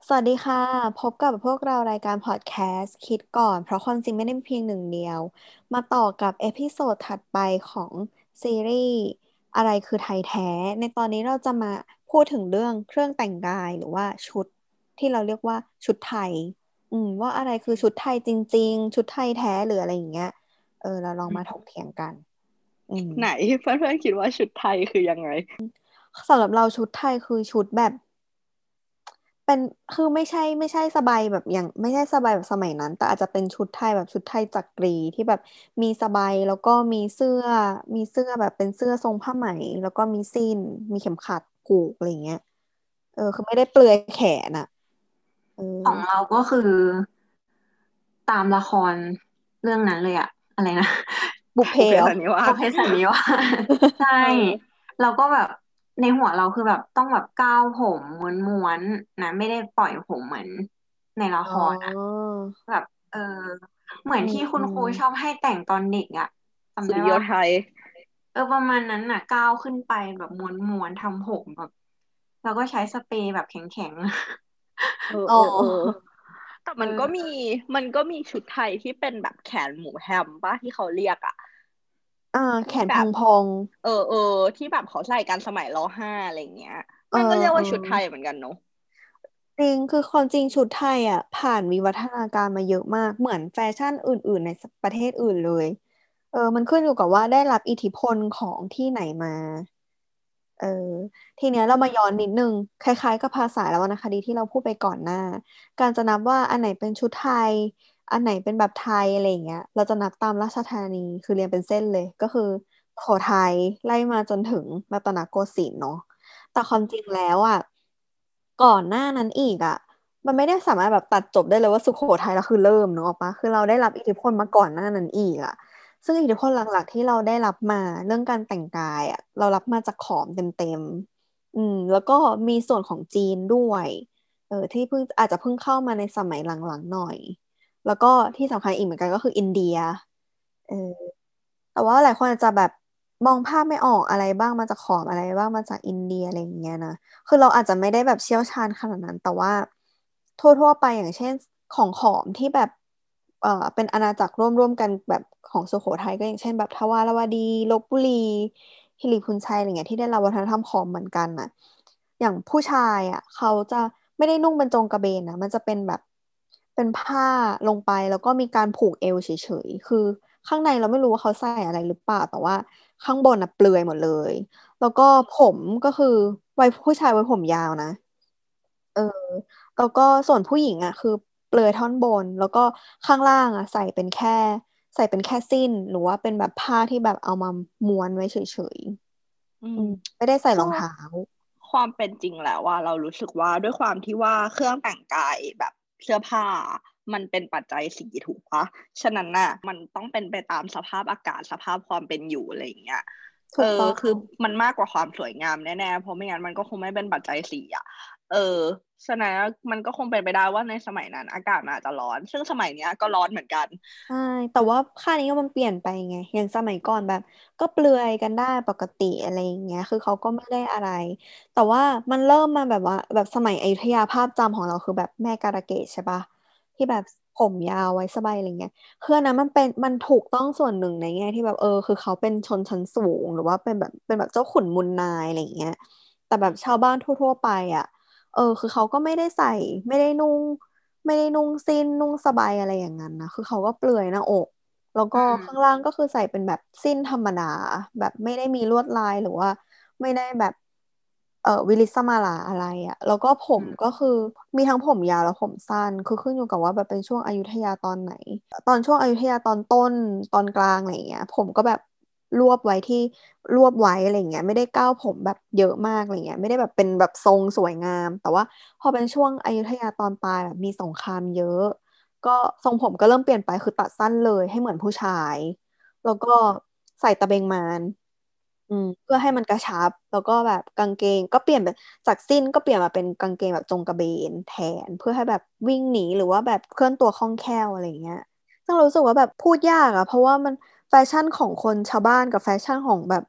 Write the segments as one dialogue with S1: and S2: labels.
S1: สวัสดีค่ะพบกับพวกเรารายการพอดแคสต์คิดก่อนเพราะความจริงไม่ได้มีเพียงหนึ่งเดียวมาต่อกับเอพิโซดถัดไปของซีรีส์อะไรคือไทยแท้ในตอนนี้เราจะมาพูดถึงเรื่องเครื่องแต่งกายหรือว่าชุดที่เราเรียกว่าชุดไทยว่าอะไรคือชุดไทยจริงๆชุดไทยแท้หรืออะไรอย่างเงี้ยเราลองมาถกเถียงกันอืม
S2: ไหนเพื่อนๆคิดว่าชุดไทยคือยังไง
S1: สำหรับเราชุดไทยคือชุดแบบเป็นคือไม่ใช่สบายแบบอย่างไม่ใช่สบายแบบสมัยนั้นแต่อาจจะเป็นชุดไทยแบบชุดไทยจักรีที่แบบมีสบายแล้วก็มีเสื้อแบบเป็นเสื้อทรงผ้าไหมแล้วก็มีสิ้นมีเข็มขัดผูกอะไรเงี้ยคือไม่ได้เปลือยแขนอ่ะเออ
S3: ของเราก็คือตามละครเรื่องนั้นเลยอะอะไรนะ
S1: บุพเพ
S2: บุพเพ
S1: เหรอ
S2: สันนิวาส
S3: บุพเพสันนิวาสใช่
S2: เออ
S3: เราก็แบบในหัวเราคือแบบต้องแบบก้าวผมม้วนๆนะไม่ได้ปล่อยผมเหมือนในละค
S1: อ๋อ
S3: รอะแบบเหมือน
S1: อืม
S3: ที่คุ
S1: อืม
S3: ณครูชอบให้แต่งตอนเด็กอะจำ
S2: สุริโย
S3: ได้ว่า
S2: ไทย
S3: ประมาณนั้นน่ะก้าวขึ้นไปแบบม้วนๆทำผมแบบแล้วก็ใช้สเปรย์แบบแข็ง
S2: เออ
S1: อ๋อ
S2: เออเออแต่
S3: ๆ
S2: มันก็มีชุดไทยที่เป็นแบบแขนหมูแฮมป่ะที่เขาเรียกอ่ะ
S1: แข
S2: ที่แบบ
S1: นพองพอง
S2: เออที่แบบเขาใส่กันสมัยร.5อะไรเงี้ย
S1: เออ
S2: มันก็เรียก
S1: เออ
S2: ว่าชุดไทยเหมือนกันเนอะ
S1: จริงคือความจริงชุดไทยอ่ะผ่านวิวัฒนาการมาเยอะมากเหมือนแฟชั่นอื่นๆในประเทศอื่นเลยมันขึ้นอยู่กับว่าได้รับอิทธิพลของที่ไหนมาเออทีเนี้ยเรามาย้อนนิดนึงคล้ายๆกับภาษาแล้ววรรณคดีที่เราพูดไปก่อนหน้าการจะนับว่าอันไหนเป็นชุดไทยอันไหนเป็นแบบไทยอะไรอย่างเงี้ยเราจะนับตามราชธานีคือเรียงเป็นเส้นเลยก็คือสุโขทัยไล่มาจนถึงรัตนโกสินทร์เนาะ แต่ความจริงแล้วอ่ะก่อนหน้านั้นอีกอ่ะมันไม่ได้สามารถแบบตัดจบได้เลยว่าสุโขทัยเราคือเริ่มเนกอะปะคือเราได้รับอิทธิพลมาก่อนหน้านั้นอีกอ่ะซึ่งอิทธิพลหลักๆที่เราได้รับมาเรื่องการแต่งกายอ่ะเรารับมาจากขอมเต็มๆแล้วก็มีส่วนของจีนด้วยที่เพิ่งอาจจะเพิ่งเข้ามาในสมัยหลังๆหน่อยแล้วก็ที่สำคัญอีกเหมือนกันก็คืออินเดียเออ แต่ว่าหลายคนอาจจะแบบมองภาพไม่ออกอะไรบ้างมาจากขอมอะไรบ้างมาจากอินเดียอะไรอย่างเงี้ยนะคือเราอาจจะไม่ได้แบบเชี่ยวชาญขนาดนั้นแต่ว่าทั่วๆไปอย่างเช่นของขอมที่แบบเป็นอาณาจักรร่วมกันแบบของสุโขทัยก็อย่างเช่นแบบทวารวดีลพบุรีฮิริพุนชัยอะไรเงี้ยที่ได้รับวัฒนธรรมขอมเหมือนกันน่ะอย่างผู้ชายอ่ะเขาจะไม่ได้นุ่งบรรจงกระเบนนะมันจะเป็นแบบเป็นผ้าลงไปแล้วก็มีการผูกเอวเฉยๆคือ ข้างในเราไม่รู้ว่าเขาใส่อะไรหรือเปล่าแต่ว่าข้างบนน่ะเปลือยหมดเลยแล้วก็ผมก็คือผู้ชายไว้ผมยาวนะเออแล้วก็ส่วนผู้หญิงอ่ะคือเปลือยท่อนบนแล้วก็ข้างล่างอ่ะใส่เป็นแค่สิ้นหรือว่าเป็นแบบผ้าที่แบบเอามาม้วนไว้เฉย
S2: อืม
S1: ๆไม่ได้ใส่ร
S2: ซึ่ง
S1: องเท้า
S2: ความเป็นจริงแล้วว่าเรารู้สึกว่าด้วยความที่ว่าเครื่องแต่งกายแบบเสื้อผ้ามันเป็นปัจจัยสี่ถูกปะฉะนั้นน่ะมันต้องเป็นไปตามสภาพอากาศสภาพความเป็นอยู่อะไรอย่างเงี้ย
S1: ถูกต้อง
S2: คือมันมากกว่าความสวยงามแน่ๆเพราะไม่งั้นมันก็คงไม่เป็นปัจจัยสี่อ่ะเออฉะนั้นมันก็คงเป็นไปได้ว่าในสมัยนั้นอากาศมันอาจจะร้อนซึ่งสมัยเนี้ยก็ร้อนเหมือนกัน
S1: ใช่แต่ว่าค่านี้ก็มันเปลี่ยนไปไงอย่างสมัยก่อนแบบก็เปลือยกันได้ปกติอะไรอย่างเงี้ยคือเขาก็ไม่ได้อะไรแต่ว่ามันเริ่มมาแบบว่าแบบสมัยอยุธยาภาพจำของเราคือแบบแม่การะเกดใช่ปะที่แบบผมยาวไว้สบายอะไรเงี้ยคืออันนั้นมันถูกต้องส่วนหนึ่งในแง่ที่แบบคือเขาเป็นชนชั้นสูงหรือว่าเป็นแบบเจ้าขุนมูลนายอะไรอย่างเงี้ยแต่แบบชาวบ้านทั่วๆไปอ่ะคือเขาก็ไม่ได้นุ่ง ไม่ได้นุ่งสิ้นนุ่งสบายอะไรอย่างนั้นนะคือเขาก็เปลือยหน้าอกแล้วก็
S3: อื
S1: ข้างล่า
S3: ม
S1: งก็คือใส่เป็นแบบสิ้นธรรมดาแบบไม่ได้มีลวดลายหรือว่าไม่ได้แบบวิลิสมาลาอะไรอ่ะแล้วก็ผม
S3: อืม
S1: ก็คือมีทั้งผมยาวและผมสั้นคือขึ้นอยู่กับว่าแบบเป็นช่วงอยุธยาตอนไหนตอนช่วงอยุธยาตอนต้นตอนกลางอะไรอย่างเงี้ยผมก็แบบรวบไว้ที่รวบไว้อะไรอย่างเงี้ยไม่ได้ก้าวผมแบบเยอะมากอะไรเงี้ยไม่ได้แบบเป็นแบบทรงสวยงามแต่ว่าพอเป็นช่วงอยุธยาตอนปลายแบบมีสงครามเยอะก็ทรงผมก็เริ่มเปลี่ยนไปคือตัดสั้นเลยให้เหมือนผู้ชายแล้วก็ใส่ตะเบงมานเพื่อให้มันกระชับแล้วก็แบบกางเกงก็เปลี่ยนไปจากสิ้นก็เปลี่ยนมาเป็นกางเกงแบบจงกระเบนแทนเพื่อให้แบบวิ่งหนีหรือว่าแบบเคลื่อนตัวคล่องแคล่วอะไรเงี้ย ซึ่งเรารู้สึกว่าแบบพูดยากอะเพราะว่ามันแฟชั่นของคนชาวบ้านกับแฟชั่นของแบบ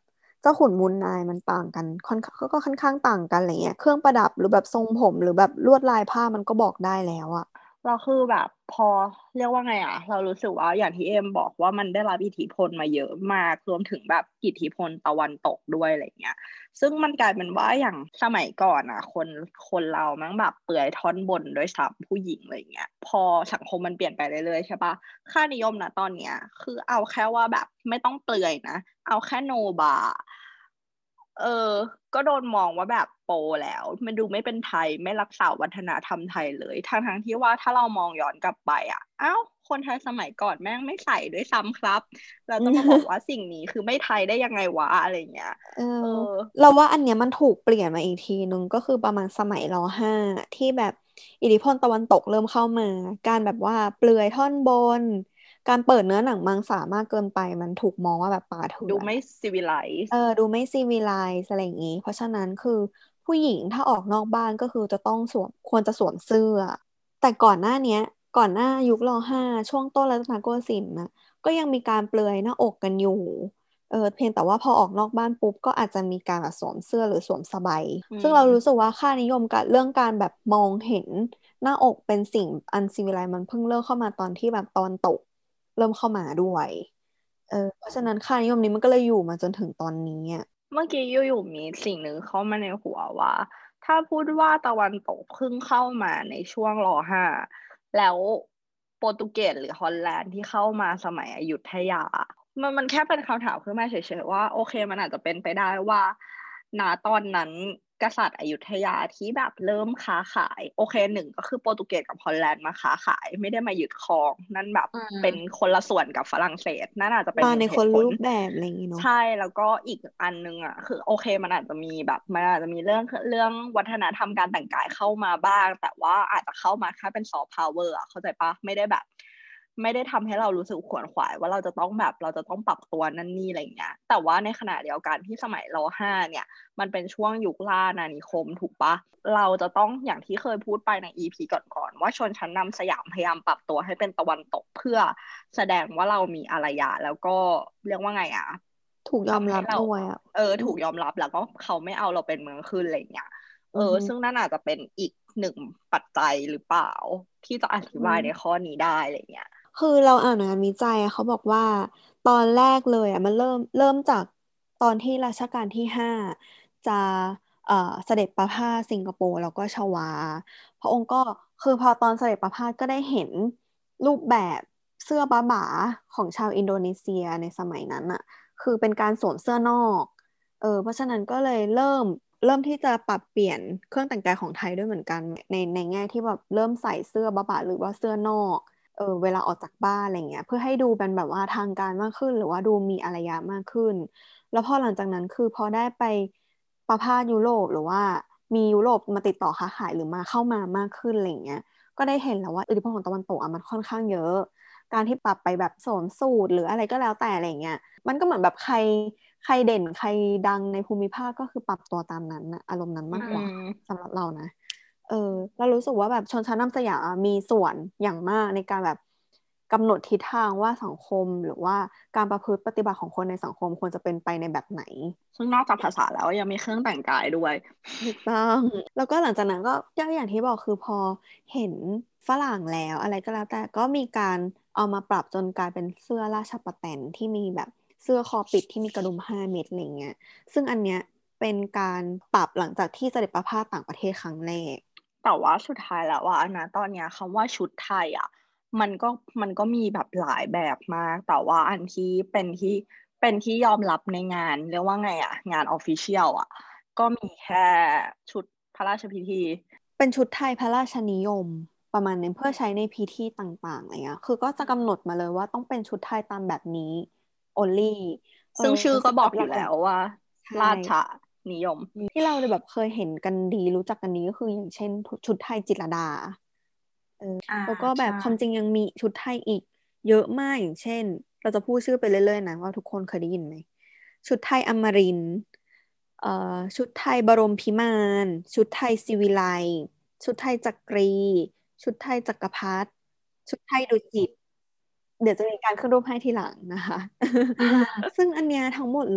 S1: เจ้าขุนมูลนายมันต่างกันก็ค่อนข้างต่างกันอะไรเงี้ยเครื่องประดับหรือแบบทรงผมหรือแบบลวดลายผ้ามันก็บอกได้แล้วอะ
S2: เราคือแบบพอเรียกว่าไงอ่ะเรารู้สึกว่าอย่างที่เอ็มบอกว่ามันได้รับอิทธิพลมาเยอะมากรวมถึงแบบอิทธิพลตะวันตกด้วยอะไรเงี้ยซึ่งมันกลายเป็นว่าอย่างสมัยก่อนอ่ะคนเรามั้งแบบเปลือยท่อนบนด้วยซ้ำผู้หญิงอะไรเงี้ยพอสังคมมันเปลี่ยนไปเรื่อยๆใช่ปะค่านิยมนะตอนเนี้ยคือเอาแค่ว่าแบบไม่ต้องเปลือยนะเอาแค่โนบาเออก็โดนมองว่าแบบโปแล้วมันดูไม่เป็นไทยไม่รักษาวัฒนธรรมไทยเลยทั้งที่ว่าถ้าเรามองย้อนกลับไปอ่ะอ้าวคนไทยสมัยก่อนแม่งไม่ใส่ด้วยซ้ำครับเราจะมาบอกว่าสิ่งนี้คือไม่ไทยได้ยังไงวะอะไรเงี้ย
S1: เออ
S2: เออ
S1: เราว่าอันเนี้ยมันถูกเปลี่ยนมาอีกทีนึงก็คือประมาณสมัยร.5ที่แบบอิทธิพลตะวันตกเริ่มเข้ามาการแบบว่าเปลือยท่อนบนการเปิดเนื้อหนังมังสามากเกินไปมันถูกมองว่าแบบป่าเถื่
S2: ดูไม่
S1: อนอะ
S2: ซีวิไลซ์
S1: ดูไม่ซีวิไลซ์อะไรอย่างงี้เพราะฉะนั้นคือผู้หญิงถ้าออกนอกบ้านก็คือจะต้องควรจะสวมเสื้อแต่ก่อนหน้าเนี้ยก่อนหน้ายุคร.5ช่วงต้นรัตนโกสินทร์นะก็ยังมีการเปลือยหน้าอกกันอยู่ เพียงแต่ว่าพอออกนอกบ้านปุ๊บก็อาจจะมีการแบบสวมเสื้อหรือสวมสบาย
S2: อื
S1: ซึ่งเรารู้สึ
S2: ม
S1: กว่าค่านิยมกับเรื่องการแบบมองเห็นหน้าอกเป็นสิ่งอันซีวิไลซ์มันเพิ่งเริ่มเข้ามาตอนที่แบบตอนตกเริ่มเข้ามาด้วยเพราะฉะนั้นค่านิยมนี้มันก็เลยอยู่มาจนถึงตอนนี้อ่ะ
S2: เมื่อกี้อยู่ๆมีสิ่งหนึ่งเข้ามาในหัวว่าถ้าพูดว่าตะวันตกเพิ่งเข้ามาในช่วงร.5แล้วโปรตุเกสหรือฮอลแลนด์ที่เข้ามาสมัยอยุธยามันแค่เป็นคำถามขึ้นมาเฉยๆว่าโอเคมันอาจจะเป็นไปได้ว่าณตอนนั้นกษัตริย์อยุธยาที่แบบเริ่มค้าขายโอเคหนึ่งก็คือโปรตุเกสกับฮอลแลนด์มาค้าขายไม่ได้มายึดครองนั่นแบบ
S3: อื
S2: เป็น
S3: ม
S2: คนละส่วนกับฝรั่งเศสนั่นอาจจะเป็น
S1: มา
S2: หนึ่
S1: ในคนละ
S2: งเหตุผล
S1: รูปแบบอะไรอย่างงี้เนาะ
S2: ใช่แล้วก็อีกอันนึงอ่ะคือโอเคมันอาจจะมีแบบมันอาจจะมีเรื่องวัฒนธรรมการแต่งกายเข้ามาบ้างแต่ว่าอาจจะเข้ามาแค่เป็นซอฟต์พาวเวอร์อ่ะเข้าใจปะไม่ได้แบบไม่ได้ทำให้เรารู้สึกขวนขวายว่าเราจะต้องปรับตัวนั่นนี่อะไรเงี้ยแต่ว่าในขณะเดียวกันที่สมัยร.5เนี่ยมันเป็นช่วงยุคล่าอาณานิคมถูกปะเราจะต้องอย่างที่เคยพูดไปในอีพีก่อนๆว่าชนชั้นนำสยามพยายามปรับตัวให้เป็นตะวันตกเพื่อแสดงว่าเรามีอารยะแล้วก็เรียกว่าไงอ่ะ
S1: ถูกยอมรับ
S2: ทำให้เรา
S1: ด้วยอ่ะ
S2: ถูกยอมรับแล้วก็เขาไม่เอาเราเป็นเมืองขึ้นอะไรเงี้ย
S1: อือฮึ
S2: ซึ่งนั่นอาจจะเป็นอีกหนึ่งปัจจัยหรือเปล่าที่จะอธิ
S1: อื
S2: บายใน
S1: ม
S2: ข้อนี้ได้อะไรเงี้ย
S1: คือเราอ่านงานวิจัยอะเขาบอกว่าตอนแรกเลยอ่ะมันเริ่มจากตอนที่รัชกาลที่5จะเอ่อเสด็จประพาสสิงคโปร์แล้วก็ชวาพระองค์ก็คือพอตอนเสด็จประพาสก็ได้เห็นรูปแบบเสื้อบ๊าบ่าของชาวอินโดนีเซียในสมัยนั้นอ่ะคือเป็นการสวมเสื้อนอกเพราะฉะนั้นก็เลยเริ่มที่จะปรับเปลี่ยนเครื่องแต่งกายของไทยด้วยเหมือนกันในแง่ที่แบบเริ่มใส่เสื้อบ๊าบ่าหรือว่าเสื้อนอก เวลาออกจากบ้านอะไรเงี้ยเพื่อให้ดูเป็นแบบว่าทางการมากขึ้นหรือว่าดูมีอารยะมากขึ้นแล้วพอหลังจากนั้นคือพอได้ไปประพาสยุโรปหรือว่ามียุโรปมาติดต่อค้าขายหรือมาเข้ามามากขึ้นอะไรเงี้ยก็ได้เห็นแล้วว่าอิทธิพลของตะวันตกอ่ะมันค่อนข้างเยอะการที่ปรับไปแบบสวมสูทหรืออะไรก็แล้วแต่อะไรเงี้ยมันก็เหมือนแบบใครเด่นใครดังในภูมิภาคก็คือปรับตัวตามนั้นนะอารมณ์นั้น
S2: อื
S1: มากกว่า
S2: ม
S1: สำหรับเรานะ เออเรารู้สึกว่าแบบชนชั้นนำสยามอะมีส่วนอย่างมากในการแบบกำหนดทิศทางว่าสังคมหรือว่าการประพฤติปฏิบัติของคนในสังคมควรจะเป็นไปในแบบไหน
S2: ซึ่งนอกจากภาษาแล้วยังมีเครื่องแต่งกายด้วย
S1: ถูกต้องแล้วก็หลังจากนั้นก็อย่างที่บอกคือพอเห็นฝรั่งแล้วอะไรก็แล้วแต่ก็มีการเอามาปรับจนกลายเป็นเสื้อราชประแตนที่มีแบบเสื้อคอปิดที่มีกระดุม5 เม็ดอะไรเงี้ยซึ่งอันเนี้ยเป็นการปรับหลังจากที่เสด็จประพาสต่างประเทศครั้งแรก
S2: แต่ว่าสุดท้ายแล้วว่านะตอนเนี้ยคำว่าชุดไทยอ่ะมันก็มันก็มีแบบหลายแบบมากแต่ว่าอันที่เป็นที่ยอมรับในงานเรียกว่าไงอ่ะงานออฟฟิเชียลอ่ะก็มีแค่ชุดพระราชพิธี
S1: เป็นชุดไทยพระราชนิยมประมาณนึงเพื่อใช้ในพิธีต่างๆอะไรเงี้ยคือก็จะกำหนดมาเลยว่าต้องเป็นชุดไทยตามแบบนี้ only เออ
S2: ซึ่งชื่อก็
S1: ซึ่ง
S2: บอกอยู่
S1: แบบหลัก
S2: แล้วว่า
S1: ๆใช่
S2: ราชนิยม
S1: ที่เราแบบเคยเห็นกันดีรู้จักกันดีก็คืออย่างเช่นชุดไทยจิตรลดา
S3: อ่า
S1: แล้วก็แบบ
S3: ใช่
S1: ความจริงยังมีชุดไทยอีกเยอะมากอย่างเช่นเราจะพูดชื่อไปเรื่อยๆนะว่าทุกคนเคยได้ยินไหมชุดไทยอมรินทร์เอ่อชุดไทยบรมพิมานชุดไทยศิวิไลย์ชุดไทยจักรีชุดไทยจักรพรรดิชุดไทยดุสิตเดี๋ยวจะมีการขึ้นรูปให้ทีหลังนะคะซึ่งอันเนี้ยทั้งหมดเลยอ่ะ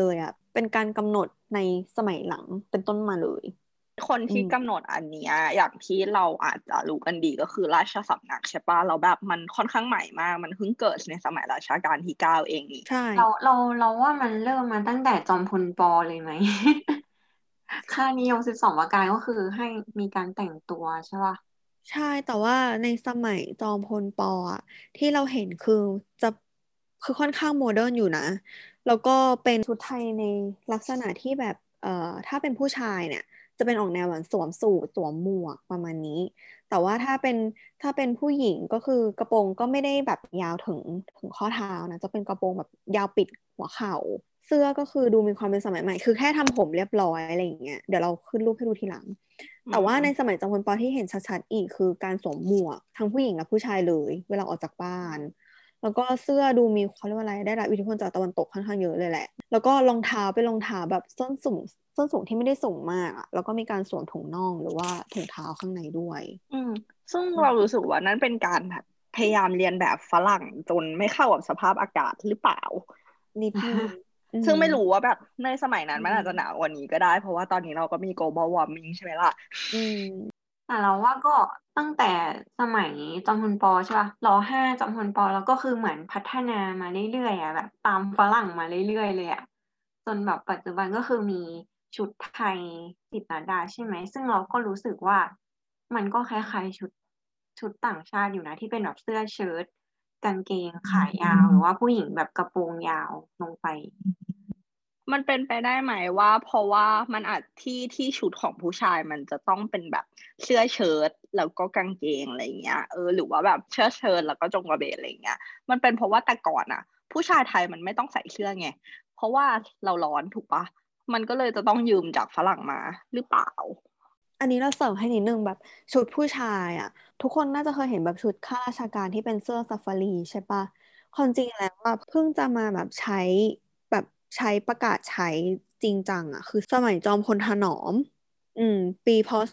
S1: เป็นการกำหนดในสมัยหลังเป็นต้นมาเลย
S2: คนที่กำหนดอันเนี้ยอย่างที่เราอาจจะรู้กันดีก็คือราชสำนักใช่ปะเราแบบมันค่อนข้างใหม่มากมันเพิ่งเกิดในสมัยรัชกาลที่9เองนี่
S1: ใช่
S3: เราว่ามันเริ่มมาตั้งแต่จอมพลปเลยไหม ค่านิยม12ประการก็คือให้มีการแต่งตัวใช่ป่ะ
S1: ใช่แต่ว่าในสมัยจอมพลปอ่ะที่เราเห็นจะคือค่อนข้างโมเดิร์นอยู่นะแล้วก็เป็นชุดไทยในลักษณะที่แบบถ้าเป็นผู้ชายเนี่ยจะเป็นออกแนวเหมือนสวมสูทสวมหมวกประมาณนี้แต่ว่าถ้าเป็นผู้หญิงก็คือกระโปรงก็ไม่ได้แบบยาวถึงข้อเท้านะจะเป็นกระโปรงแบบยาวปิดหัวเข่าเสื้อก็คือดูมีความเป็นสมัยใหม่คือแค่ทำผมเรียบร้อยอะไรอย่างเงี้ยเดี๋ยวเราขึ้นรูปให้ดูทีหลัง
S2: อื
S1: แต่ว่าในส
S2: ม
S1: มัยจอมพลปที่เห็นชัดๆอีกคือการสวมหมวกทั้งผู้หญิงและผู้ชายเลยเวลาออกจากบ้านแล้วก็เสื้อดูมีเขาเรียกว่าอะไรได้รับอิทธิพลจากตะวันตกค่อนข้างเยอะเลยแหละแล้วก็รองเท้าเป็นรองเท้าแบบส้นสูงที่ไม่ได้สูงมากอะแล้วก็มีการสวมถุงน่องหรือว่าถุงเท้าข้างในด้วย
S2: อืมซึ่งเรารู้สึกว่านั่นเป็นการแบบพยายามเรียนแบบฝรั่งจนไม่เข้ากับสภาพอากาศหรือเปล่า
S1: นิดนึงอืม
S2: ซึ่งไม่รู้ว่าแบบในสมัยนั้น
S1: อื
S2: มันอาจจะหนาว
S1: ม
S2: กว่านี้ก็ได้เพราะว่าตอนนี้เราก็มี global warming ใช่ไหมล่ะ
S1: อืม
S3: แต่เราว่าก็ตั้งแต่สมัยจอมพลปใช่ป่ะร.5จอมพลปแล้วก็คือเหมือนพัฒนามาเรื่อยๆอ่ะแบบตามฝรั่งมาเรื่อยๆเลยอ่ะจนแบบปัจจุบันก็คือมีชุดไทยจิตรลดาใช่ไหมซึ่งเราก็รู้สึกว่ามันก็คล้ายๆชุดต่างชาติอยู่นะที่เป็นแบบเสื้อเชิ้ตกางเกงขายาวหรือว่าผู้หญิงแบบกระโปรงยาวลงไป
S2: มันเป็นไปได้ไหมว่าเพราะว่ามันอาจที่ชุดของผู้ชายมันจะต้องเป็นแบบเสื้อเชิ้ตแล้วก็กางเกงอะไรเงี้ยหรือว่าแบบเสื้อเชิ้ตแล้วก็จงกระเบนอะไรเงี้ยมันเป็นเพราะว่าแต่ก่อนอ่ะผู้ชายไทยมันไม่ต้องใส่เสื้อไงเพราะว่าเราร้อนถูกปะมันก็เลยจะต้องยืมจากฝรั่งมาหรือเปล่า
S1: อันนี้เราเสริมให้นิดนึงแบบชุดผู้ชายอ่ะทุกคนน่าจะเคยเห็นแบบชุดข้าราชการที่เป็นเสื้อซาฟารีใช่ปะความจริงแล้วว่าเพิ่งจะมาแบบแบบใช้ประกาศใช้จริงจังอ่ะคือสมัยจอมพลถนอมอืมปีพศ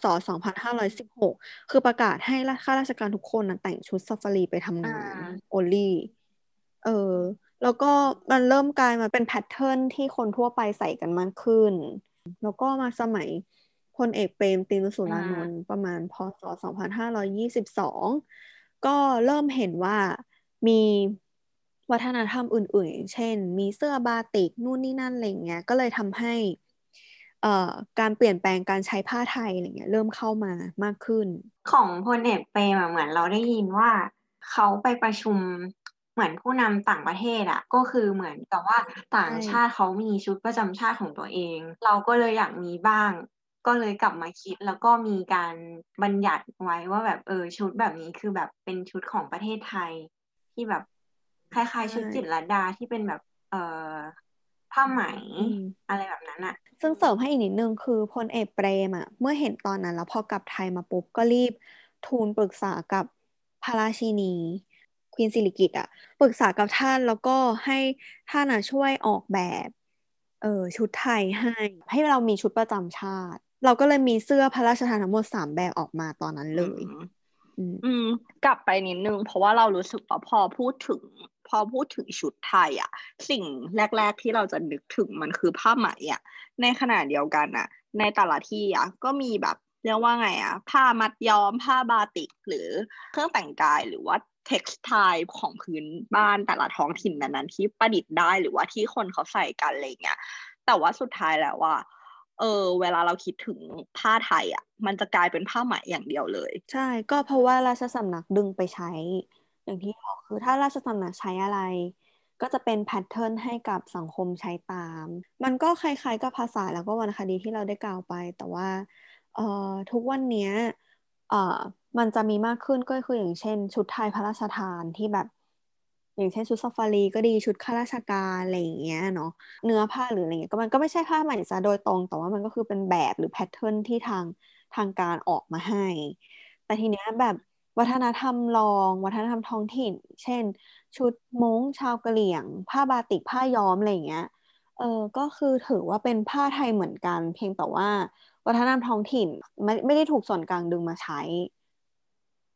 S1: 2516คือประกาศให้ข้าราชการทุกคนนะแต่งชุดซาฟารีไป
S3: อ่
S1: ทำงาน
S3: า
S1: only เออแล้วก็มันเริ่มกลายมาเป็นแพทเทิร์นที่คนทั่วไปใส่กันมากขึ้น แล้วก็มาสมัยพลเอกเปรมติณสุ
S3: อื
S1: รานนท์
S3: ม
S1: ประมาณพศ2522ก็เริ่มเห็นว่ามีวัฒนธรรมอื่นๆอย่างเช่นมีเสื้อบาติกนู่นนี่นั่นอะไรเงี้ยก็เลยทำให้เอ่อการเปลี่ยนแปลงการใช้ผ้าไทยอะไรเงี้ยเริ่มเข้ามามากขึ้น
S3: ของพลเอกเปรมอะเหมือนเราได้ยินว่าเขาไปประชุมเหมือนผู้นำต่างประเทศอะก็คือเหมือนกับว่าต่าง
S1: ใช่
S3: ชาติเขามีชุดประจำชาติของตัวเองเราก็เลยอยากมีบ้างก็เลยกลับมาคิดแล้วก็มีการบัญญัติไว้ว่าแบบชุดแบบนี้คือแบบเป็นชุดของประเทศไทยที่แบบคล้าย
S1: ใช่
S3: ๆชุดจิตรลดาที่เป็นแบบผ้าไหม
S1: อืม
S3: อะไรแบบนั้นอะ
S1: ซึ่งเสริมให้อีกนิดนึงคือพลเอกเปรมอ่ะเมื่อเห็นตอนนั้นแล้วพอกลับไทยมาปุ๊บก็รีบทูลปรึกษากับพระราชินีควีนสิริกิติ์อ่ะปรึกษากับท่านแล้วก็ให้ท่านอ่ะช่วยออกแบบเออชุดไทยให้เรามีชุดประจำชาติเราก็เลยมีเสื้อพระราชทานทั้งหมด3 แบบออกมาตอนนั้น
S2: อื
S1: เลย
S2: ม
S1: อืม
S2: อืมกลับไปนิดนึงเพราะว่าเรารู้สึกว่าพอพูดถึงชุดไทยอ่ะสิ่งแรกๆที่เราจะนึกถึงมันคือผ้าไหมอ่ะในขณะเดียวกันอ่ะในแต่ละที่อ่ะก็มีแบบเรียกว่าไงอ่ะผ้ามัดย้อมผ้าบาติกหรือเครื่องแต่งกายหรือว่าเท็กซ์ไทของพื้นบ้านแต่ละท้องถิ่นนั้นๆที่ประดิษฐ์ได้หรือว่าที่คนเขาใส่กันอะไรเงี้ยแต่ว่าสุดท้ายแล้วว่าเวลาเราคิดถึงผ้าไทยอ่ะมันจะกลายเป็นผ้าไหมอย่างเดียวเลย
S1: ใช่ก็เพราะว่าราชสำนักดึงไปใช้อย่างที่บอกคือถ้าราชสำนักใช้อะไรก็จะเป็นแพทเทิร์นให้กับสังคมใช้ตามมันก็คล้ายๆกับภาษาแล้วก็วรรณคดีที่เราได้กล่าวไปแต่ว่าเอ่อทุกวันเนี้ยเอ่อมันจะมีมากขึ้นก็คืออย่างเช่นชุดไทยพระราชทานที่แบบอย่างเช่นชุดซาฟารีก็ดีชุดข้าราชการอะไรอย่างเงี้ยเนาะเนื้อผ้าหรืออะไรเงี้ยก็มันก็ไม่ใช่ผ้าไหมซะโดยตรงแต่ว่ามันก็คือเป็นแบบหรือแพทเทิร์นที่ทางการออกมาให้ แต่ทีเนี้ยแบบวัฒนธรรมรองวัฒนธรรมท้องถิ่นเช่นชุดม้งชาวกะเหรี่ยงผ้าบาติกผ้าย้อมอะไรอย่างเงี้ยเออก็คือถือว่าเป็นผ้าไทยเหมือนกันเพียงแต่ว่าวัฒนธรรมท้องถิ่นไม่ได้ถูกส่วนกลางดึงมาใช้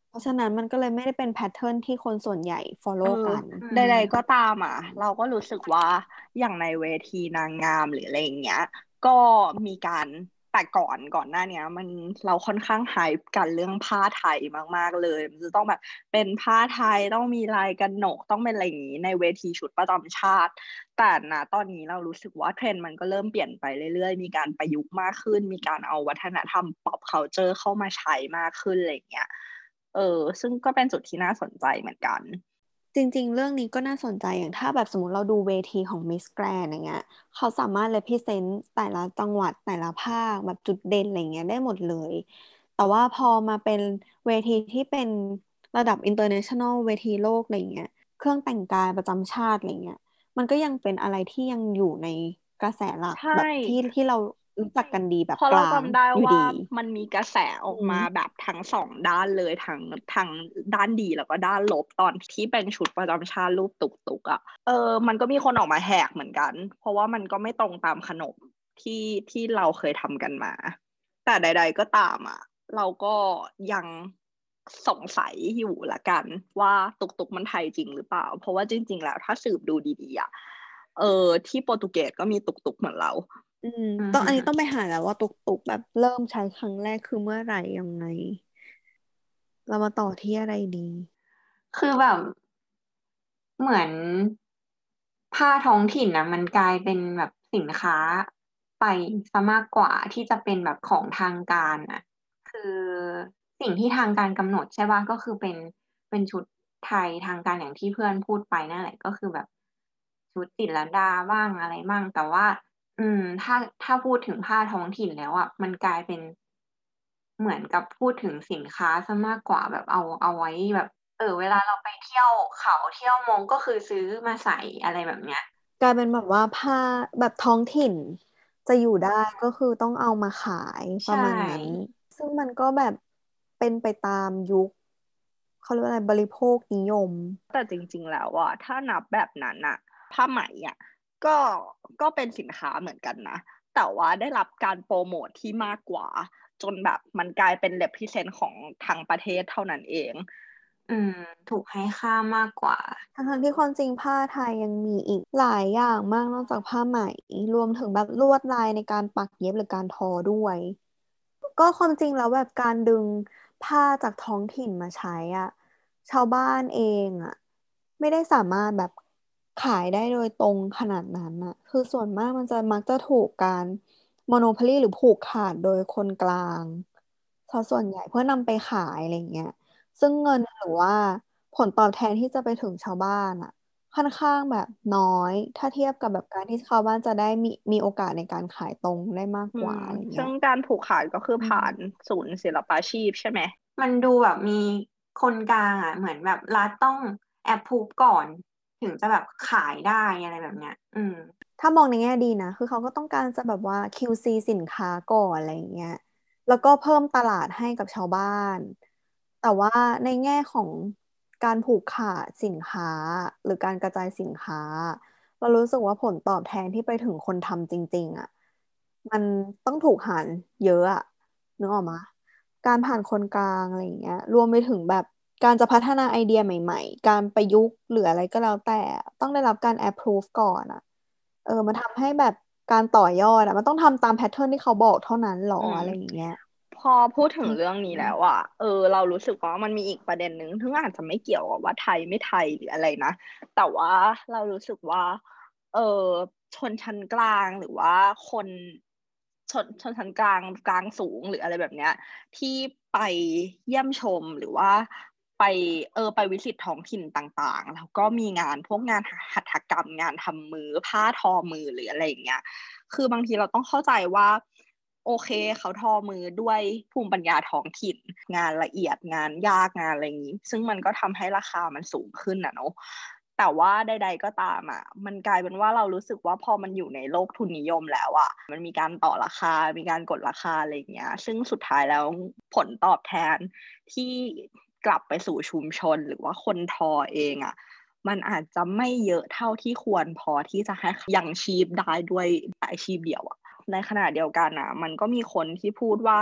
S1: เพราะฉะนั้นมันก็เลยไม่ได้เป็นแพทเทิร์นที่คนส่วนใหญ่
S2: เอ
S1: follow
S2: อ
S1: กัน
S2: ใดๆก็ตามเราก็รู้สึกว่าอย่างในเวทีนางงามหรืออะไรอย่างเงี้ยก็มีการแต่ก่อนหน้าเนี้ยเราค่อนข้างไฮป์กันเรื่องผ้าไทยมากๆเลยมันจะต้องแบบเป็นผ้าไทยต้องมีลายกระหนกต้องเป็นอะไรอย่างงี้ในเวทีชุดประจำชาติแต่นะตอนนี้เรารู้สึกว่าเทรนด์มันก็เริ่มเปลี่ยนไปเรื่อยๆมีการประยุกต์มากขึ้นมีการเอาวัฒนธรรม pop culture เข้ามาใช้มากขึ้นอะไรอย่างเงี้ยซึ่งก็เป็นจุดที่น่าสนใจเหมือนกัน
S1: จริงๆ เรื่องนี้ก็น่าสนใจอย่างถ้าแบบสมมติเราดูเวทีของ Miss Grand อย่างเงี้ยเขาสามารถ represent แต่ละจังหวัดแต่ละภาคแบบจุดเด่นอะไรเงี้ยได้หมดเลยแต่ว่าพอมาเป็นเวทีที่เป็นระดับ international เวทีโลกอะไรเงี้ยเครื่องแต่งกายประจำชาติอะไรเงี้ยมันก็ยังเป็นอะไรที่ยังอยู่ในกระแสหลัก
S2: ใช่
S1: แบบที่เรารู้จักกันดีแบบ
S2: เพราะเรา
S1: กลาง
S2: จำได้ว่า
S1: อยู่ดี
S2: มันมีกระแสอ
S1: อื
S2: อกมา
S1: ม
S2: แบบทั้งสองด้านเลยทั้งด้านดีแล้วก็ด้านลบตอนที่เป็นชุดประจำชาติรูปตุกมันก็มีคนออกมาแหกเหมือนกันเพราะว่ามันก็ไม่ตรงตามขนบที่เราเคยทำกันมาแต่ใดๆก็ตามเราก็ยังสงสัยอยู่ละกันว่าตุกมันไทยจริงหรือเปล่าเพราะว่าจริงๆแล้วถ้าสืบดูดีๆที่โปรตุเกสก็มีตุกๆเหมือนเรา
S1: อันนี้ต้องไปหาแล้วว่าตุกแบบเริ่มใช้ครั้งแรกคือเมื่อไหร่ยังไงเรามาต่อที่อะไรดี
S3: คือแบบเหมือนผ้าท้องถิ่นนะมันกลายเป็นแบบสินค้าไปซะมากกว่าที่จะเป็นแบบของทางการอ่ะคือสิ่งที่ทางการกำหนดใช่ป่ะก็คือเป็นชุดไทยทางการอย่างที่เพื่อนพูดไปนั่นแหละก็คือแบบชุดจิตรลดาบ้างอะไรบ้างแต่ว่าถ้าพูดถึงผ้าท้องถิ่นแล้วอ่ะมันกลายเป็นเหมือนกับพูดถึงสินค้าซะมากกว่าแบบเอาไว้แบบเวลาเราไปเที่ยวเขาเที่ยวมงก็คือซื้อมาใส่อะไรแบบเนี้ย
S1: กลายเป็นแบบว่าผ้าแบบท้องถิ่นจะอยู่ได้ก็คือต้องเอามาขาย
S3: ใช
S1: ประมาณนั้น่ซึ่งมันก็แบบเป็นไปตามยุคเขาเรียกว่าอะไรบริโภคนิยม
S2: แต่จริงๆแล้วถ้านับแบบนั้นผ้าไหมก็ก็เป็นสินค้าเหมือนกันนะแต่ว่าได้รับการโปรโมทที่มากกว่าจนแบบมันกลายเป็นrepresentของทางประเทศเท่านั้นเอง
S3: อืมถูกให้ค่ามากกว่า
S1: ทั้งที่ความจริงผ้าไทยยังมีอีกหลายอย่างมากนอกจากผ้าไหมรวมถึงแบบลวดลายในการปักเย็บหรือการทอด้วยก็ความจริงแล้วแบบการดึงผ้าจากท้องถิ่นมาใช้อ่ะชาวบ้านเองอ่ะไม่ได้สามารถแบบขายได้โดยตรงขนาดนั้นอ่ะคือส่วนมากมันจะมักจะถูกการโมโนโพลีหรือผูกขาดโดยคนกลางซะส่วนใหญ่เพื่อนำไปขายอะไรเงี้ย ซึ่งเงินหรือว่าผลตอบแทนที่จะไปถึงชาวบ้านอ่ะค่อนข้างแบบน้อยถ้าเทียบกับแบบการที่ชาวบ้านจะได้มีโอกาสในการขายตรงได้มากกว่าอะไรเงี้ย
S2: ซึ่งการผูกขาดก็คือ
S1: อื
S2: ผ่าน
S1: ม
S2: ศูนย์ศิลปาชีพใช่ไหม
S3: มันดูแบบมีคนกลางอ่ะเหมือนแบบรัฐต้องแอปพูฟก่อนถึงจะแบบขายได้อะไรแบบเนี้ย
S1: ถ้ามองในแง่ดีนะคือเขาก็ต้องการจะแบบว่า QC สินค้าก่อนอะไรเงี้ยแล้วก็เพิ่มตลาดให้กับชาวบ้านแต่ว่าในแง่ของการผูกขาดสินค้าหรือการกระจายสินค้าเรารู้สึกว่าผลตอบแทนที่ไปถึงคนทำจริงๆอ่ะมันต้องถูกหารเยอะอะนึกออกมา การผ่านคนกลางอะไรอย่างเงี้ยรวมไปถึงแบบการจะพัฒนาไอเดียใหม่ๆการประยุกต์หรืออะไรก็แล้วแต่ต้องได้รับการ approve ก่อนอ่ะมันทำให้แบบการต่อยอดอ่ะมันต้องทำตามแพทเทิร์นที่เขาบอกเท่านั้นหรอ
S2: อืม
S1: อะไรอย่างเงี้ย
S2: พอพูดถึ
S1: อืม
S2: งเรื่องนี้แล้วเรารู้สึกว่ามันมีอีกประเด็นหนึ่งซึ่งอาจจะไม่เกี่ยวกับว่าไทยไม่ไทยหรืออะไรนะแต่ว่าเรารู้สึกว่าเออชนชั้นกลางหรือว่าคนชนชั้นกลางสูงหรืออะไรแบบเนี้ยที่ไปเยี่ยมชมหรือว่าไปไปวิสิตท้องถิ่นต่างๆแล้วก็มีงานพวกงานหัตถกรรมงานทำมือผ้าทอมือหรืออะไรอย่างเงี้ย คือบางทีเราต้องเข้าใจว่าโอเคเขาทอมือด้วยภูมิปัญญาท้องถิ่นงานละเอียดงานยากงานอะไรอย่างนี้ซึ่งมันก็ทำให้ราคามันสูงขึ้นเนาะแต่ว่าใดๆก็ตามมันกลายเป็นว่าเรารู้สึกว่าพอมันอยู่ในโลกทุนนิยมแล้วมันมีการต่อราคามีการกดราคาอะไรอย่างเงี้ยซึ่งสุดท้ายแล้วผลตอบแทนที่กลับไปสู่ชุมชนหรือว่าคนทอเองมันอาจจะไม่เยอะเท่าที่ควรพอที่จะให้ยังชีพได้ด้วยอาชีพเดียวในขณะเดียวกันมันก็มีคนที่พูดว่า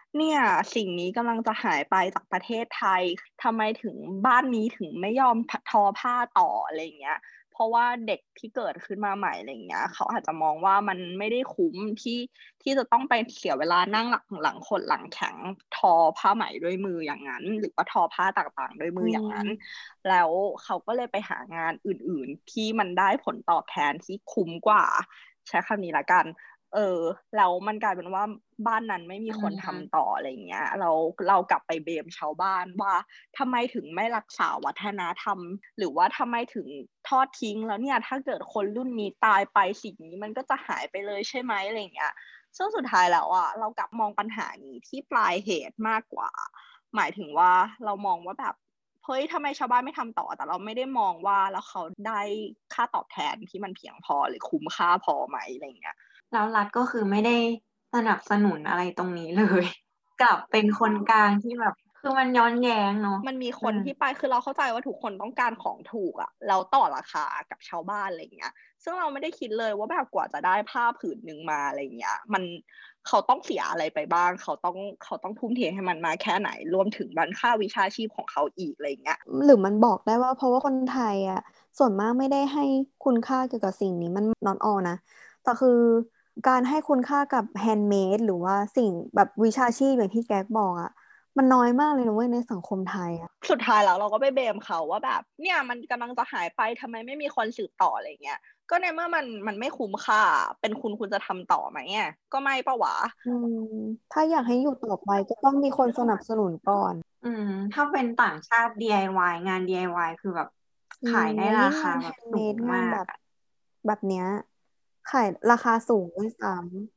S2: เนี่ยสิ่งนี้กำลังจะหายไปจากประเทศไทยทำไมถึงบ้านนี้ถึงไม่ยอมทอผ้าต่ออะไรเงี้ยเพราะว่าเด็กที่เกิดขึ้นมาใหม่อะไรเงี้ยเขาอาจจะมองว่ามันไม่ได้คุ้มที่จะต้องไปเสียเวลานั่งหลังขดหลังแข็งทอผ้าไหมด้วยมืออย่างนั้นหรือว่าทอผ้าต่างๆด้วยมืออย่างนั้น แล้วเขาก็เลยไปหางานอื่นๆที่มันได้ผลตอบแทนที่คุ้มกว่าใช้คำนี้ละกันแล้วมันกลายเป็นว่าบ้านนั้นไม่มีคนทำต่ออะไรเงี้ยเรากลับไปเบมชาวบ้านว่าทำไมถึงไม่รักษาวัฒนธรรมหรือว่าทำไมถึงทอดทิ้งแล้วเนี่ยถ้าเกิดคนรุ่นนี้ตายไปสิ่งนี้มันก็จะหายไปเลยใช่ไหมอะไรเงี้ยซึ่งสุดท้ายแล้วอ่ะเรากลับมองปัญหานี้ที่ปลายเหตุมากกว่าหมายถึงว่าเรามองว่าแบบเฮ้ยทำไมชาวบ้านไม่ทำต่อแต่เราไม่ได้มองว่าแล้วเขาได้ค่าตอบแทนที่มันเพียงพอหรือคุ้มค่าพอไหมอะไรเงี้ย
S3: แล้วรัฐก็คือไม่ได้สนับสนุนอะไรตรงนี้เลย กลับเป็นคนกลางที่แบบคือมันย้อนแย้งเนาะ
S2: มันมีคนที่ไปคือเราเข้าใจว่าทุกคนต้องการของถูกอะแล้วต่อราคากับชาวบ้านอะไรเงี้ยซึ่งเราไม่ได้คิดเลยว่าแบบกว่าจะได้ผ้าผืนหนึ่งมาอะไรเงี้ยเขาต้องเสียอะไรไปบ้างเขาต้องทุ่มเทให้มันมาแค่ไหนรวมถึงบันค่าวิชาชีพของเขาอีกอะไรเงี้ย
S1: หรือมันบอกได้ว่าเพราะว่าคนไทยอ่ะส่วนมากไม่ได้ให้คุณค่าเกี่ยวกับสิ่งนี้มันนอนออนะแต่คือการให้คุณค่ากับแฮนด์เมดหรือว่าสิ่งแบบวิชาชีพอย่างที่แก๊กบอกอ่ะมันน้อยมากเลยนะเว้ยในสังคมไทยอ่ะ
S2: สุดท้ายแล้วเราก็ไปเบมเขาว่าแบบเนี่ยมันกำลังจะหายไปทำไมไม่มีคนสืบต่ออะไรเงี้ยก็ในเมื่อมันไม่คุ้มค่าเป็นคุณจะทำต่อไหมอ่ะก็ไม่ปะวะ
S1: อืมถ้าอยากให้อยู่ต่อไปก็ต้องมีคนสนับสนุนก่อน
S3: ถ้าเป็นต่างชาติ DIY งาน DIY คือแบบขายได้
S1: แล้ว
S3: รา
S1: ยิ่งงานแฮ
S3: คาแบบสูง
S1: นด์เมดงานแบบ
S3: มากอะ
S1: แบบเนี้ยขายราคาสูงด้วยซ้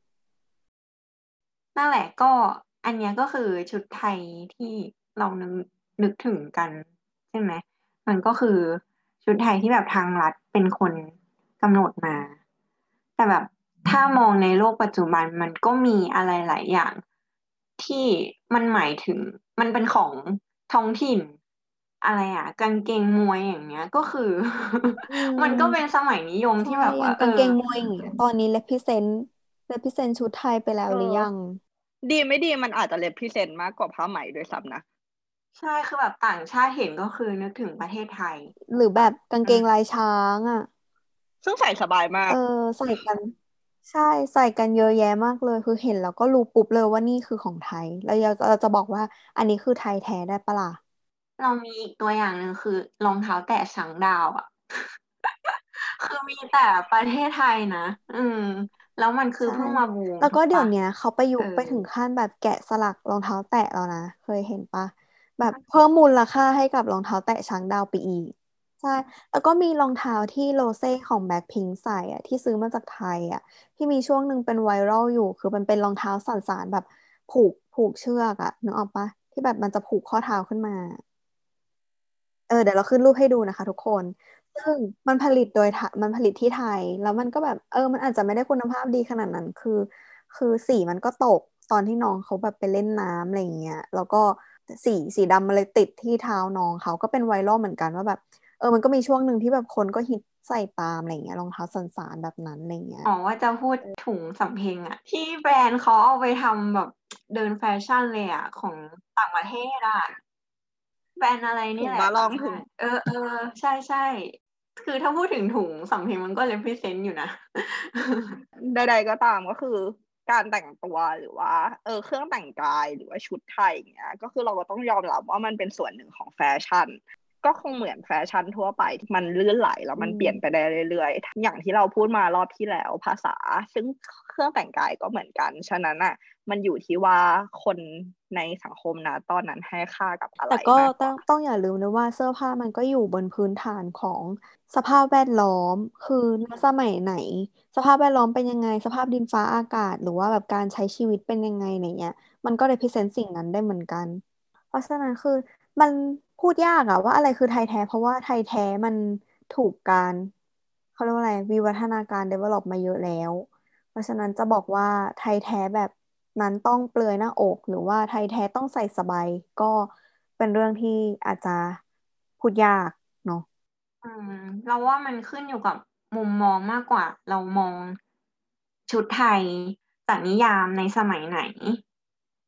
S3: นั่นแหละก็อันเนี้ยก็คือชุดไทยที่เรานึกถึงกันใช่ไหมมันก็คือชุดไทยที่แบบทางรัฐเป็นคนกำหนดมาแต่แบบถ้ามองในโลกปัจจุบันมันก็มีอะไรหลายอย่างที่มันหมายถึงมันเป็นของท้องถิ่นอะไรอะกางเกงมวยอย่างเงี้ยก็คือ
S1: ำ
S3: มันก็เป็นสมัยนิยม
S1: ใช่
S3: ที่แบบ
S1: อย่าง
S3: ว่า
S1: กางเกงมวยอย่างเงี้ยตอนนี้ represent ชุดไทยไปแล้ว
S2: เออ
S1: หรือยัง
S2: ดีไม่ดีมันอาจจะเล p ิเซนต์มากกว่าผ้าไหมด้วยซ้ำนะ
S3: ใช่คือแบบต่างชาติเห็นก็คือนึกถึงประเทศไทย
S1: หรือแบบกาง
S3: อืม
S1: เกงลายช้างอ่ะ
S2: ซึ่งใส่สบายมา
S1: เออ
S2: ก
S1: ใส่กันใช่ใส่กันเยอะแยะมากเลยคือเห็นแล้วก็รู้ปุ๊บเลยว่านี่คือของไทยแล้วเราจะบอกว่าอันนี้คือไทยแท้ได้ปะล่ะ
S3: เรามีอีกตัวอย่างหนึ่งคือรองเท้าแตะช้างดาวอ่ะคือมีแต่ประเทศไทยนะอืมแล้วมันคือ
S1: ใช่
S3: เพิ่งมาบูม
S1: แล้วก็
S3: ถูกปะ
S1: เดี๋ยวเนี้ยเขาประยุ
S3: เออ
S1: กต์ไปถึงขั้นแบบแกะสลักรองเท้าแตะแล้วนะเคยเห็นปะแบบเพิ่มมูลค่าให้กับรองเท้าแตะช้างดาวไปอีก ใช่แล้วก็มีรองเท้าที่โรเซ่ของแบ็คพิงค์ใส่อะที่ซื้อมาจากไทยอะที่มีช่วงหนึ่งเป็นไวรัลอยู่คือมันเป็นรองเท้าสานๆแบบผูกเชือกอะนึกออกปะที่แบบมันจะผูกข้อเท้าขึ้นมาเดี๋ยวเราขึ้นรูปให้ดูนะคะทุกคนซึ่งมันผลิตโดยไทยมันผลิตที่ไทยแล้วมันก็แบบมันอาจจะไม่ได้คุณภาพดีขนาดนั้นคือสีมันก็ตกตอนที่น้องเขาแบบไปเล่นน้ำอะไรอย่างเงี้ยแล้วก็สีดำมันเลยติดที่เท้าน้องเขาก็เป็นไวรัลเหมือนกันว่าแบบ มันก็มีช่วงหนึ่งที่แบบคนก็ฮิตใส่ตามอะไรเงี้ยรองเท้าสานๆแบบนั้นอะไรเงี้ย
S3: อ๋อว่าจะพูดถุงสำเพ็งอ่ะที่แบรนด์เขาเอาไปทำแบบเดินแฟชั่นเลยอ่ะของต่างประเทศอ่ะแบรนด์อะไรนี่
S2: ถุง
S3: แหละ
S2: บาลองถุง
S3: จำไม่ได้เออใช่ใช่คือถ้าพูดถึงถุงสำเพ็งมันก็ represent อยู่นะ
S2: ใดๆก็ตามก็คือการแต่งตัวหรือว่าเครื่องแต่งกายหรือว่าชุดไทยอย่างเงี้ยก็คือเราก็ต้องยอมรับว่ามันเป็นส่วนหนึ่งของแฟชั่นก็คงเหมือนแฟชั่นทั่วไปที่มันลื่นไหลแล้ว
S1: อื
S2: มันเปลี่ยนไป
S1: ม
S2: ได้เรื่อยๆอย่างที่เราพูดมารอบที่แล้วภาษาซึ่งเครื่องแต่งกายก็เหมือนกันฉะนั้นอ่ะมันอยู่ที่ว่าคนในสังคมนะตอนนั้นให้ค่ากับอะไร
S1: แต่ก็
S2: มากกว่า
S1: ต้องอย่าลืมนะว่าเสื้อผ้ามันก็อยู่บนพื้นฐานของสภาพแวดล้อมคือณสมัยไหนสภาพแวดล้อมเป็นยังไงสภาพดินฟ้าอากาศหรือว่าแบบการใช้ชีวิตเป็นยังไงอะไรเงี้ยมันก็ represent สิ่งนั้นได้เหมือนกันเพราะฉะนั้นคือมันพูดยากอะว่าอะไรคือไทยแท้เพราะว่าไทยแท้มันถูกการเขาเรียกว่าอะไรวิวัฒนาการ develop มาเยอะแล้วเพราะฉะนั้นจะบอกว่าไทยแท้แบบนั้นต้องเปลือยหน้าอกหรือว่าไทยแท้ต้องใส่สบายก็เป็นเรื่องที่อาจจะพูดยากเนาะ
S3: อืมเราว่ามันขึ้นอยู่กับมุมมองมากกว่าเรามองชุดไทยจากนิยามในสมัยไหน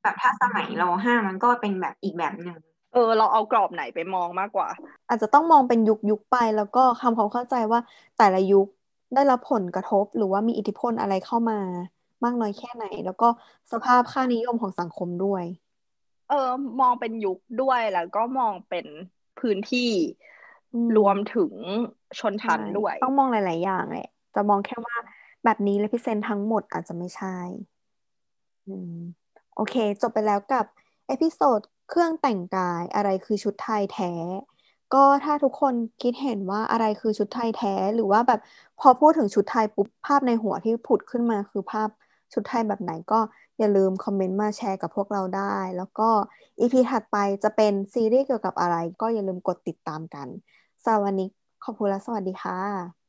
S3: แบบถ้าสมัยร.5มันก็เป็นแบบอีกแบบหนึ่ง
S2: เราเอากรอบไหนไปมองมากกว่า
S1: อาจจะต้องมองเป็นยุคไปแล้วก็ทำความเข้าใจว่าแต่ละยุคได้รับผลกระทบหรือว่ามีอิทธิพลอะไรเข้ามามากน้อยแค่ไหนแล้วก็สภาพค่านิยมของสังคมด้วย
S2: มองเป็นยุคด้วยแล้วก็มองเป็นพื้นที่
S1: อื
S2: รวม
S1: ม
S2: ถึงชน
S1: ใช่
S2: ชั้นด้วย
S1: ต้องมองหลายๆอย่างแหละจะมองแค่ว่าแบบนี้ represent ทั้งหมดอาจจะไม่ใช่อืมโอเคจบไปแล้วกับเอพิโซดเครื่องแต่งกายอะไรคือชุดไทยแท้ก็ถ้าทุกคนคิดเห็นว่าอะไรคือชุดไทยแท้หรือว่าแบบพอพูดถึงชุดไทยปุ๊บภาพในหัวที่ผุดขึ้นมาคือภาพชุดไทยแบบไหนก็อย่าลืมคอมเมนต์มาแชร์กับพวกเราได้แล้วก็อีพีถัดไปจะเป็นซีรีส์เกี่ยวกับอะไรก็อย่าลืมกดติดตามกันสำหรับวันนี้ขอบคุณและสวัสดีค่ะ